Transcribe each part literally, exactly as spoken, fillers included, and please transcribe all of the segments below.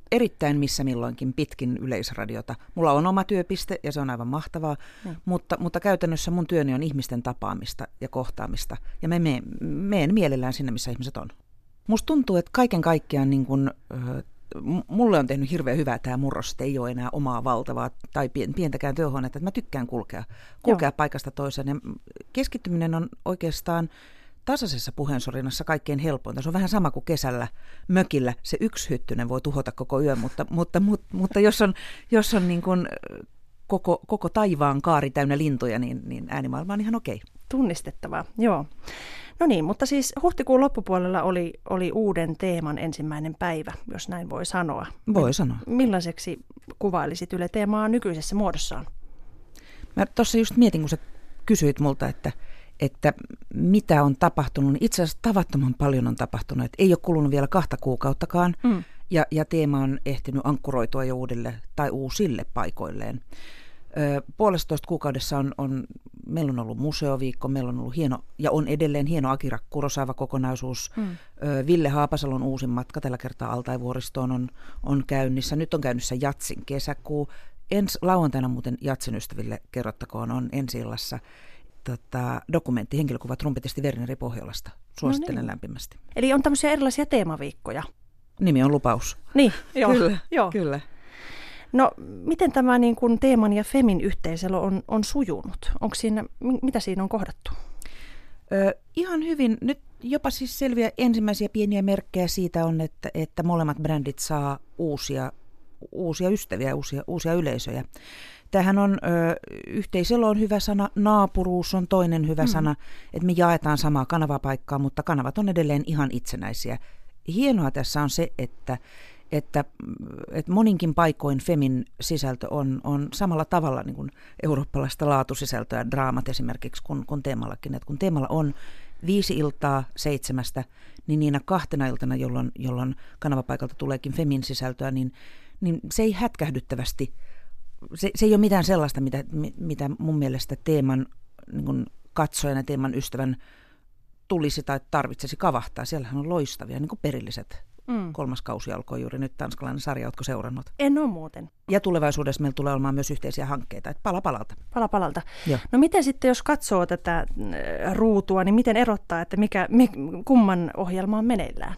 erittäin missä milloinkin pitkin Yleisradiota. Mulla on oma työpiste ja se on aivan mahtavaa, mm. mutta, mutta käytännössä mun työni on ihmisten tapaamista ja kohtaamista. Ja mä meen, meen mielellään sinne, missä ihmiset on. Musta tuntuu, että kaiken kaikkiaan niin kun, äh, mulle on tehnyt hirveän hyvää tämä murros, että ei ole enää omaa valtavaa tai pientäkään työhuonetta. Mä tykkään kulkea, kulkea paikasta toiseen. Ja keskittyminen on oikeastaan tasaisessa puheensorinassa kaikkein helpointa. Se on vähän sama kuin kesällä mökillä. Se yksi hyttynen voi tuhota koko yön, mutta, mutta, mutta, mutta jos on, jos on niin kuin koko, koko taivaan kaari täynnä lintuja, niin, niin äänimaailma on ihan okei. Tunnistettavaa, joo. No niin, mutta siis huhtikuun loppupuolella oli, oli uuden teeman ensimmäinen päivä, jos näin voi sanoa. Voi sanoa. Millaiseksi kuvailisit Yle Teemaa nykyisessä muodossaan? Mä tuossa just mietin, kun sä kysyit multa, että että mitä on tapahtunut, niin itse asiassa tavattoman paljon on tapahtunut. Että ei ole kulunut vielä kahta kuukauttakaan, mm. ja, ja teema on ehtinyt ankkuroitua jo uudelle tai uusille paikoilleen. Ö, puolestoista kuukaudessa on, on, meillä on ollut museoviikko, meillä on ollut hieno, ja on edelleen hieno Akira Kurosawa-kokonaisuus. Mm. Ö, Ville Haapasalon uusin matka tällä kertaa Altaivuoristoon on, on käynnissä. Nyt on käynnissä Jatsin kesäkuu. Ensi lauantaina muuten Jatsin ystäville kerrottakoon on ensi-illassa Tota, dokumentti, henkilökuva trumpetisti Verneri Pohjolasta. Suosittelen no niin. lämpimästi. Eli on tämmöisiä erilaisia teemaviikkoja. Nimi on lupaus. Niin, joo. Kyllä, joo. kyllä. No, miten tämä niin kuin teeman ja Femin yhteiselo on, on sujunut? Onko siinä, mitä siinä on kohdattu? Ö, ihan hyvin. Nyt jopa siis selviä ensimmäisiä pieniä merkkejä siitä on, että, että molemmat brändit saa uusia, uusia ystäviä, uusia, uusia yleisöjä. Tämähän on, ö, yhteiselo on hyvä sana, naapuruus on toinen hyvä mm. sana, että me jaetaan samaa kanavapaikkaa, mutta kanavat on edelleen ihan itsenäisiä. Hienoa tässä on se, että, että, että moninkin paikoin Femin sisältö on, on samalla tavalla niin kuin eurooppalaista laatusisältöä, draamat esimerkiksi, kun, kun Teemallakin. Että kun Teemalla on viisi iltaa seitsemästä, niin niinä kahtena iltana, jolloin, jolloin kanavapaikalta tuleekin Femin sisältöä, niin, niin se ei hätkähdyttävästi. Se, se ei ole mitään sellaista, mitä, mitä mun mielestä Teeman niin kuin katsojan ja Teeman ystävän tulisi tai tarvitsisi kavahtaa. Siellähän on loistavia, niin kuin perilliset. Mm. Kolmas kausi alkoi juuri nyt, tanskalainen sarja, ootko seurannut? En ole muuten. Ja tulevaisuudessa meillä tulee olemaan myös yhteisiä hankkeita, että pala palalta. Pala palalta. Joo. No miten sitten, jos katsoo tätä ruutua, niin miten erottaa, että mikä, kumman ohjelma on meneillään?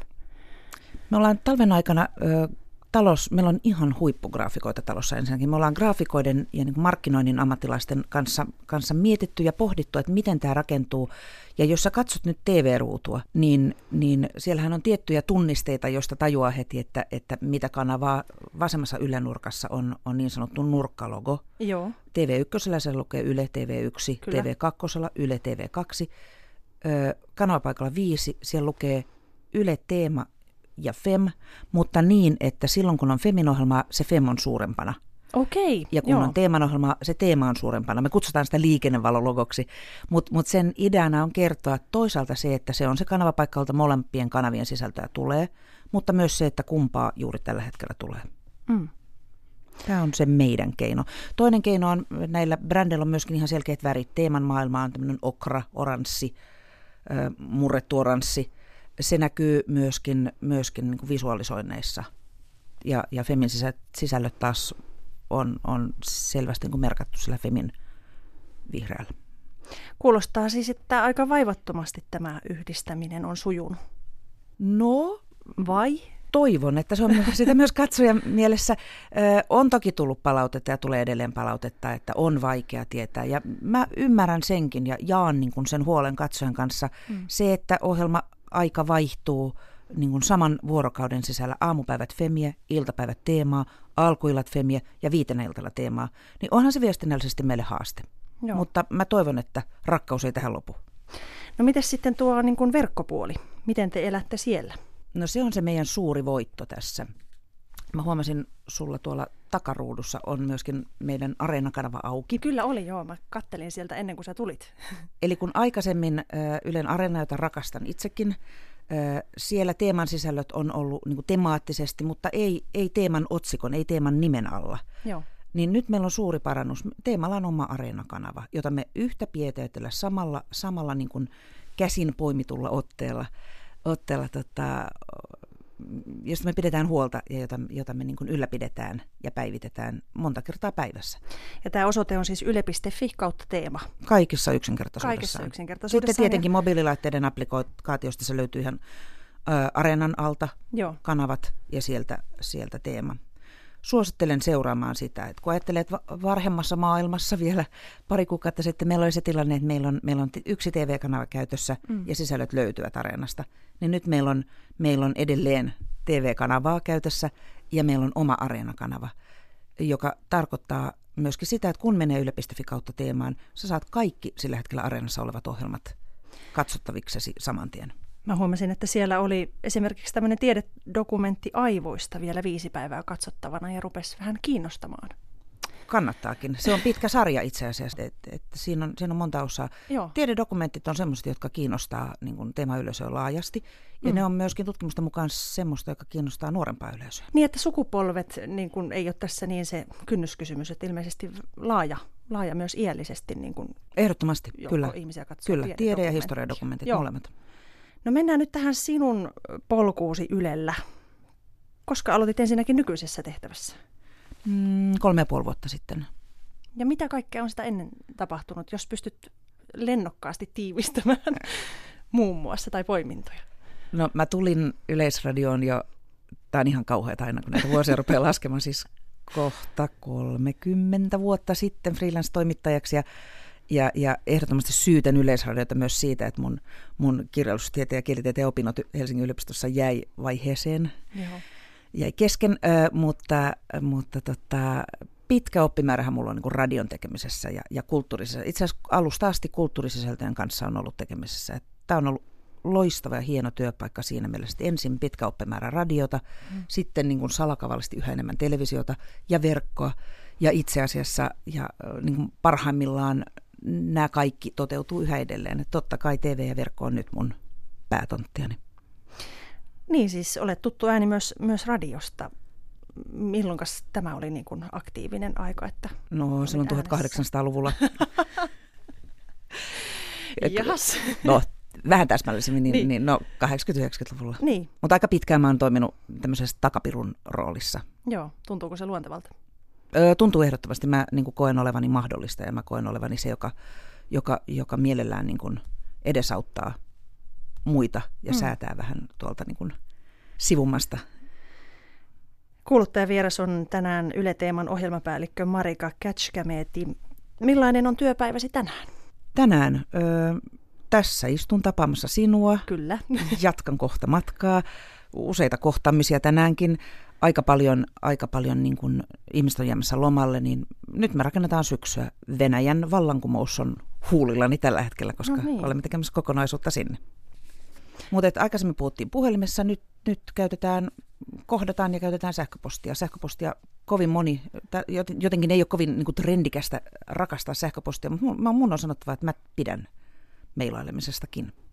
Me ollaan talven aikana... Ö, Talos, meillä on ihan huippugraafikoita talossa ensinnäkin. Me ollaan graafikoiden ja niin kuin markkinoinnin ammattilaisten kanssa, kanssa mietitty ja pohdittu, että miten tämä rakentuu. Ja jos sä katsot nyt T V-ruutua, niin, niin siellähän on tiettyjä tunnisteita, joista tajuaa heti, että, että mitä kanavaa vasemmassa ylänurkassa on, on niin sanottu nurkkalogo. Joo. T V yksi se lukee Yle T V yksi, Kyllä. T V kaksi Yle T V kaksi. Ö, kanavapaikalla viisi, siellä lukee Yle Teema ja Fem, mutta niin, että silloin kun on Femin ohjelma, se Fem on suurempana. Okei, Ja kun joo. on Teeman ohjelma, se Teema on suurempana. Me kutsutaan sitä liikennevalologoksi, mutta mut sen ideana on kertoa toisaalta se, että se on se kanavapaikka, jolta molempien kanavien sisältöä tulee, mutta myös se, että kumpaa juuri tällä hetkellä tulee. Mm. Tämä on se meidän keino. Toinen keino on, näillä brändeillä on myöskin ihan selkeät värit. Teeman maailma on tämmöinen okra, oranssi, äh, murrettu oranssi. Se näkyy myöskin, myöskin niin kuin visualisoinneissa. Ja, ja Femin sisällöt taas on, on selvästi niin kuin merkattu sillä Femin vihreällä. Kuulostaa siis, että aika vaivattomasti tämä yhdistäminen on sujunut. No, vai? Toivon, että se on sitä myös katsojan mielessä. Ö, on toki tullut palautetta ja tulee edelleen palautetta, että on vaikea tietää. Ja mä ymmärrän senkin ja jaan niin kuin sen huolen katsojan kanssa. Mm. Se, että ohjelma aika vaihtuu niin kuin saman vuorokauden sisällä, aamupäivät Femiä, iltapäivät Teemaa, alkuillat Femiä ja viitenä iltalla Teemaa, niin onhan se viestinnällisesti meille haaste. Joo. Mutta mä toivon, että rakkaus ei tähän lopu. No mites sitten tuo niin kuin verkkopuoli? Miten te elätte siellä? No se on se meidän suuri voitto tässä. Mä huomasin sulla tuolla takaruudussa on myöskin meidän Areena-kanava auki. Kyllä oli, joo. Mä kattelin sieltä ennen kuin sä tulit. Eli kun aikaisemmin Ylen Areena, jota rakastan itsekin, siellä teeman sisällöt on ollut niin kuin temaattisesti, mutta ei, ei teeman otsikon, ei teeman nimen alla. Joo. Niin nyt meillä on suuri parannus. Teemalla on oma Areena-kanava, jota me yhtä pieteytellä samalla, samalla niin kuin käsin poimitulla otteella, otteella tota, josta me pidetään huolta ja jota, jota me niin kuin ylläpidetään ja päivitetään monta kertaa päivässä. Ja tämä osoite on siis yle piste fi kautta teema. Kaikissa yksinkertaisuudessaan. Kaikissa yksinkertaisuudessaan. Sitten tietenkin ja... mobiililaitteiden applikaatiosta se löytyy ihan ä, Areenan alta Joo. kanavat ja sieltä, sieltä teema. Suosittelen seuraamaan sitä, että kun ajattelee, että varhemmassa maailmassa vielä pari kuukautta sitten meillä oli se tilanne, että meillä on, meillä on yksi T V-kanava käytössä mm. ja sisällöt löytyvät Areenasta, niin nyt meillä on, meillä on edelleen T V-kanavaa käytössä ja meillä on oma Areena-kanava, joka tarkoittaa myöskin sitä, että kun menee yle piste fi kautta teemaan, sä saat kaikki sillä hetkellä Areenassa olevat ohjelmat katsottaviksesi saman tien. Mä huomasin, että siellä oli esimerkiksi tämmöinen tiededokumentti aivoista vielä viisi päivää katsottavana ja rupesi vähän kiinnostamaan. Kannattaakin. Se on pitkä sarja itse asiassa, että et siinä, on, siinä on monta osaa. Joo. Tiededokumentit on semmoiset, jotka kiinnostaa niin kuin teemayleisöä laajasti ja mm. ne on myöskin tutkimusten mukaan semmoista, joka kiinnostaa nuorempaa yleisöä. Niin, että sukupolvet niin kuin, ei ole tässä niin se kynnyskysymys, että ilmeisesti laaja, laaja myös iällisesti. Niin kuin ehdottomasti, kyllä. Ihmisiä katsoo kyllä, tiede- ja historiadokumentit Joo. molemmat. No mennään nyt tähän sinun polkuusi Ylellä. Koska aloitit ensinnäkin nykyisessä tehtävässä? Mm, kolme ja puoli vuotta sitten. Ja mitä kaikkea on sitä ennen tapahtunut, jos pystyt lennokkaasti tiivistämään muun muassa tai poimintoja? No mä tulin Yleisradioon jo, tää on ihan kauheata aina kun näitä vuosia rupeaa laskemaan, siis kohta kolmekymmentä vuotta sitten freelance-toimittajaksi ja Ja, ja ehdottomasti syytän Yleisradiota myös siitä, että mun, mun kirjallisuustieteen ja kielitieteen opinnot Helsingin yliopistossa jäi vaiheeseen. Joo. Jäi kesken, äh, mutta, mutta tota, pitkä oppimäärähän mulla on niin kuin radion tekemisessä ja, ja kulttuurisessa. Itse asiassa alusta asti kulttuurisisältöjen kanssa on ollut tekemisessä. Tämä on ollut loistava ja hieno työpaikka siinä mielessä, että ensin pitkä oppimäärä radiota, mm. sitten niin kuin salakavallisesti yhä enemmän televisiota ja verkkoa. Ja itse asiassa ja, niin kuin parhaimmillaan nämä kaikki toteutuu yhä edelleen. Että totta kai T V ja verkko on nyt mun päätonttiani. Niin siis olet tuttu ääni myös, myös radiosta. Milloinkas tämä oli niin kuin aktiivinen aika? Että no silloin tuhatkahdeksansataaluvulla. Jahas. No vähän täsmällisemmin, niin, niin. niin no kahdeksankymmentä-yhdeksänkymmentäluvulla. Niin. Mutta aika pitkään mä oon toiminut tämmöisessä takapirun roolissa. Joo, tuntuuko se luontevalta? Öö, tuntuu ehdottomasti. Mä niin kuin koen olevani mahdollista ja mä koen olevani se, joka, joka, joka mielellään niin kuin edesauttaa muita ja mm. säätää vähän tuolta niin kuin sivummasta. Kuuluttajavieras on tänään Yle Teeman ohjelmapäällikkö Marika Kätskämeeti. Millainen on työpäiväsi tänään? Tänään öö, tässä istun tapaamassa sinua. Kyllä. Jatkan kohta matkaa. Useita kohtaamisia tänäänkin. Aika paljon, aika paljon niin kuin ihmiset on jäämässä lomalle, niin nyt me rakennetaan syksyä. Venäjän vallankumous on huulillani tällä hetkellä, koska no niin. olemme tekemässä kokonaisuutta sinne. Mutta aikaisemmin puhuttiin puhelimessa, nyt, nyt käytetään, kohdataan ja käytetään sähköpostia. Sähköpostia kovin moni, jotenkin ei ole kovin niin kuin trendikästä rakastaa sähköpostia, mutta mun, mun on sanottava, että mä pidän mailailemisestakin.